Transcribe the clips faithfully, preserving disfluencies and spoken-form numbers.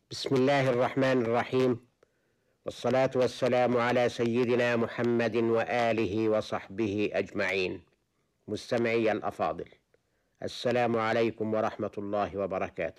بسم الله الرحمن الرحيم، والصلاة والسلام على سيدنا محمد وآله وصحبه أجمعين. مستمعي الأفاضل، السلام عليكم ورحمة الله وبركاته.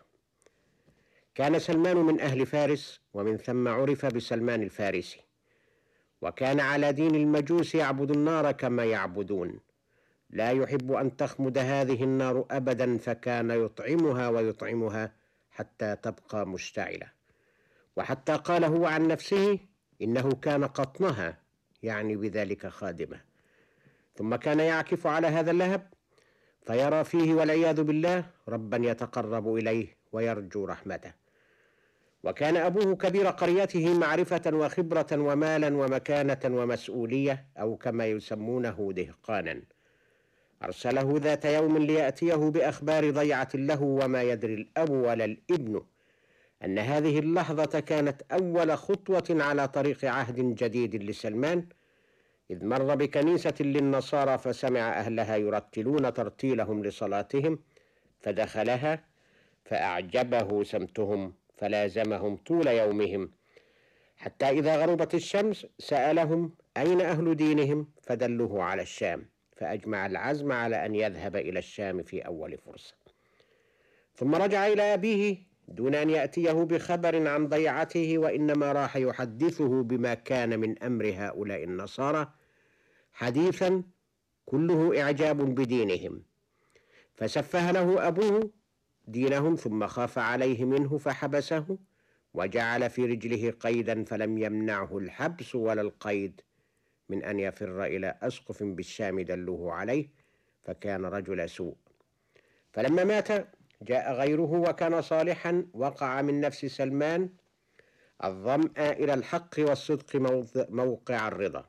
كان سلمان من أهل فارس، ومن ثم عرف بسلمان الفارسي، وكان على دين المجوس يعبد النار كما يعبدون، لا يحب أن تخمد هذه النار أبدا، فكان يطعمها ويطعمها حتى تبقى مشتعلة، وحتى قال هو عن نفسه إنه كان قطنها، يعني بذلك خادمه. ثم كان يعكف على هذا اللهب، فيرى فيه والعياذ بالله ربا يتقرب إليه ويرجو رحمته. وكان أبوه كبير قريته معرفة وخبرة ومالا ومكانة ومسؤولية، أو كما يسمونه دهقانا. أرسله ذات يوم ليأتيه بأخبار ضيعة له، وما يدري الأب ولا الابن أن هذه اللحظة كانت أول خطوة على طريق عهد جديد لسلمان، إذ مر بكنيسة للنصارى فسمع أهلها يرتلون ترتيلهم لصلاتهم، فدخلها فأعجبه سمتهم، فلازمهم طول يومهم، حتى إذا غربت الشمس سألهم أين أهل دينهم، فدلوه على الشام، فأجمع العزم على أن يذهب إلى الشام في أول فرصة. ثم رجع إلى أبيه دون أن يأتيه بخبر عن ضيعته، وإنما راح يحدثه بما كان من أمر هؤلاء النصارى، حديثا كله إعجاب بدينهم. فسفه له أبوه دينهم، ثم خاف عليه منه فحبسه، وجعل في رجله قيدا، فلم يمنعه الحبس ولا القيد من أن يفر إلى أسقف بالشام دلوه عليه، فكان رجل سوء. فلما مات جاء غيره وكان صالحا، وقع من نفس سلمان الظمأ إلى الحق والصدق موقع الرضا،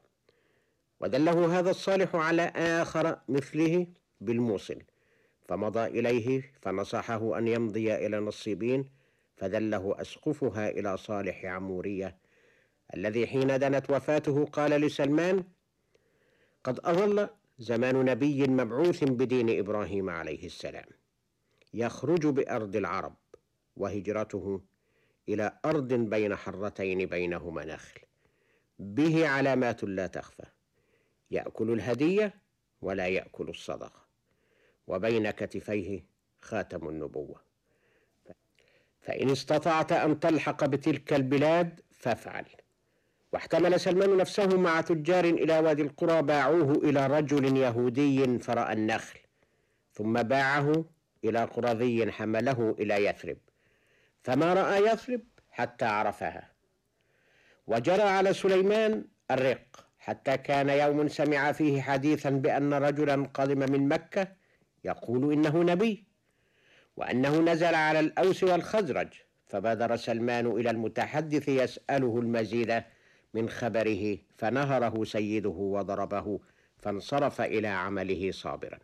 ودله هذا الصالح على آخر مثله بالموصل، فمضى إليه فنصحه أن يمضي إلى نصيبين، فدله أسقفها إلى صالح عمورية، الذي حين دنت وفاته قال لسلمان: قد أظل زمان نبي مبعوث بدين إبراهيم عليه السلام، يخرج بأرض العرب، وهجرته إلى أرض بين حرتين بينهما نخل، به علامات لا تخفى، يأكل الهدية ولا يأكل الصدقة، وبين كتفيه خاتم النبوة، فإن استطعت أن تلحق بتلك البلاد فافعل. واحتمل سلمان نفسه مع تجار إلى وادي القرى، باعوه إلى رجل يهودي فرأى النخل، ثم باعه إلى قرظي حمله إلى يثرب، فما رأى يثرب حتى عرفها. وجرى على سليمان الرق، حتى كان يوم سمع فيه حديثا بأن رجلا قدم من مكة يقول إنه نبي، وأنه نزل على الأوس والخزرج، فبادر سلمان إلى المتحدث يسأله المزيد من خبره، فنهره سيده وضربه، فانصرف إلى عمله صابرا.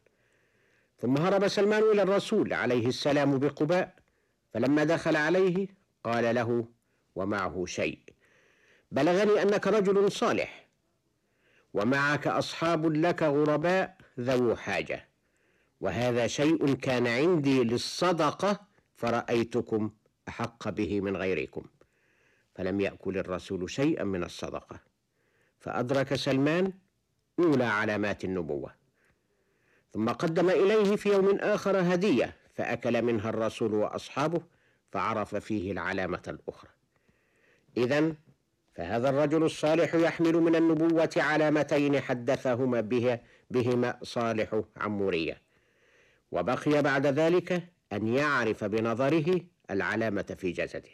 ثم هرب سلمان إلى الرسول عليه السلام بقباء، فلما دخل عليه قال له ومعه شيء: بلغني أنك رجل صالح، ومعك أصحاب لك غرباء ذو حاجة، وهذا شيء كان عندي للصدقة، فرأيتكم أحق به من غيركم. فلم يأكل الرسول شيئا من الصدقة، فأدرك سلمان أولى علامات النبوة، ثم قدم إليه في يوم آخر هدية، فأكل منها الرسول وأصحابه، فعرف فيه العلامة الأخرى. إذن فهذا الرجل الصالح يحمل من النبوة علامتين حدثهما به بهما صالح عمورية، وبقي بعد ذلك أن يعرف بنظره العلامة في جسده.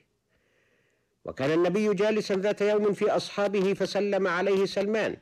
وكان النبي جالسا ذات يوم في أصحابه، فسلم عليه سلمان،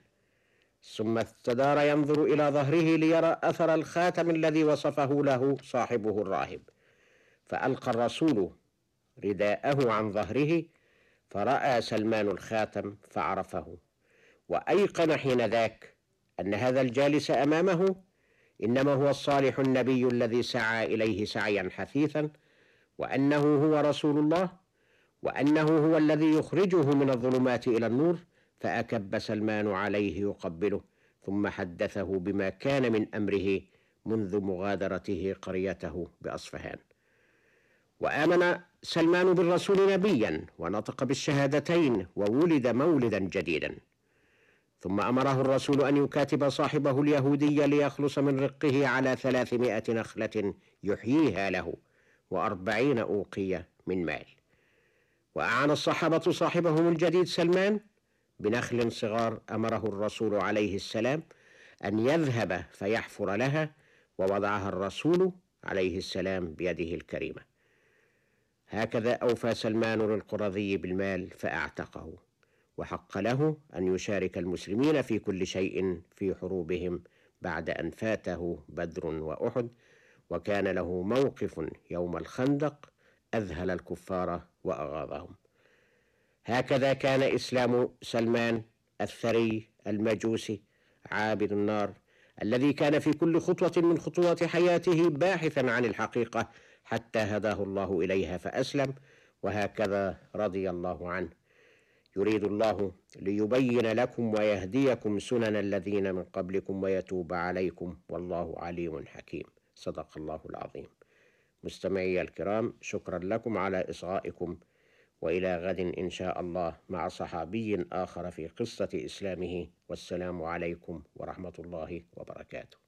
ثم استدار ينظر إلى ظهره ليرى أثر الخاتم الذي وصفه له صاحبه الراهب، فألقى الرسول رداءه عن ظهره، فرأى سلمان الخاتم فعرفه، وأيقن حين ذاك أن هذا الجالس أمامه إنما هو الصالح النبي الذي سعى إليه سعيا حثيثا، وأنه هو رسول الله، وأنه هو الذي يخرجه من الظلمات إلى النور. فأكب سلمان عليه يقبله، ثم حدثه بما كان من أمره منذ مغادرته قريته بأصفهان. وآمن سلمان بالرسول نبيا ونطق بالشهادتين وولد مولدا جديدا، ثم أمره الرسول أن يكاتب صاحبه اليهودي ليخلص من رقه على ثلاثمائة نخلة يحييها له وأربعين أوقية من مال. وأعان الصحابة صاحبهم الجديد سلمان بنخل صغار أمره الرسول عليه السلام أن يذهب فيحفر لها، ووضعها الرسول عليه السلام بيده الكريمة. هكذا أوفى سلمان للقرظي بالمال فأعتقه، وحق له أن يشارك المسلمين في كل شيء في حروبهم بعد أن فاته بدر وأحد، وكان له موقف يوم الخندق أذهل الكفار وأغاظهم. هكذا كان إسلام سلمان الثري المجوسي عابد النار، الذي كان في كل خطوة من خطوات حياته باحثا عن الحقيقة حتى هداه الله إليها فأسلم، وهكذا رضي الله عنه. يريد الله ليبين لكم ويهديكم سنن الذين من قبلكم ويتوب عليكم، والله عليم حكيم. صدق الله العظيم. مستمعي الكرام، شكرا لكم على إصغائكم، وإلى غد إن شاء الله مع صحابي آخر في قصة إسلامه، والسلام عليكم ورحمة الله وبركاته.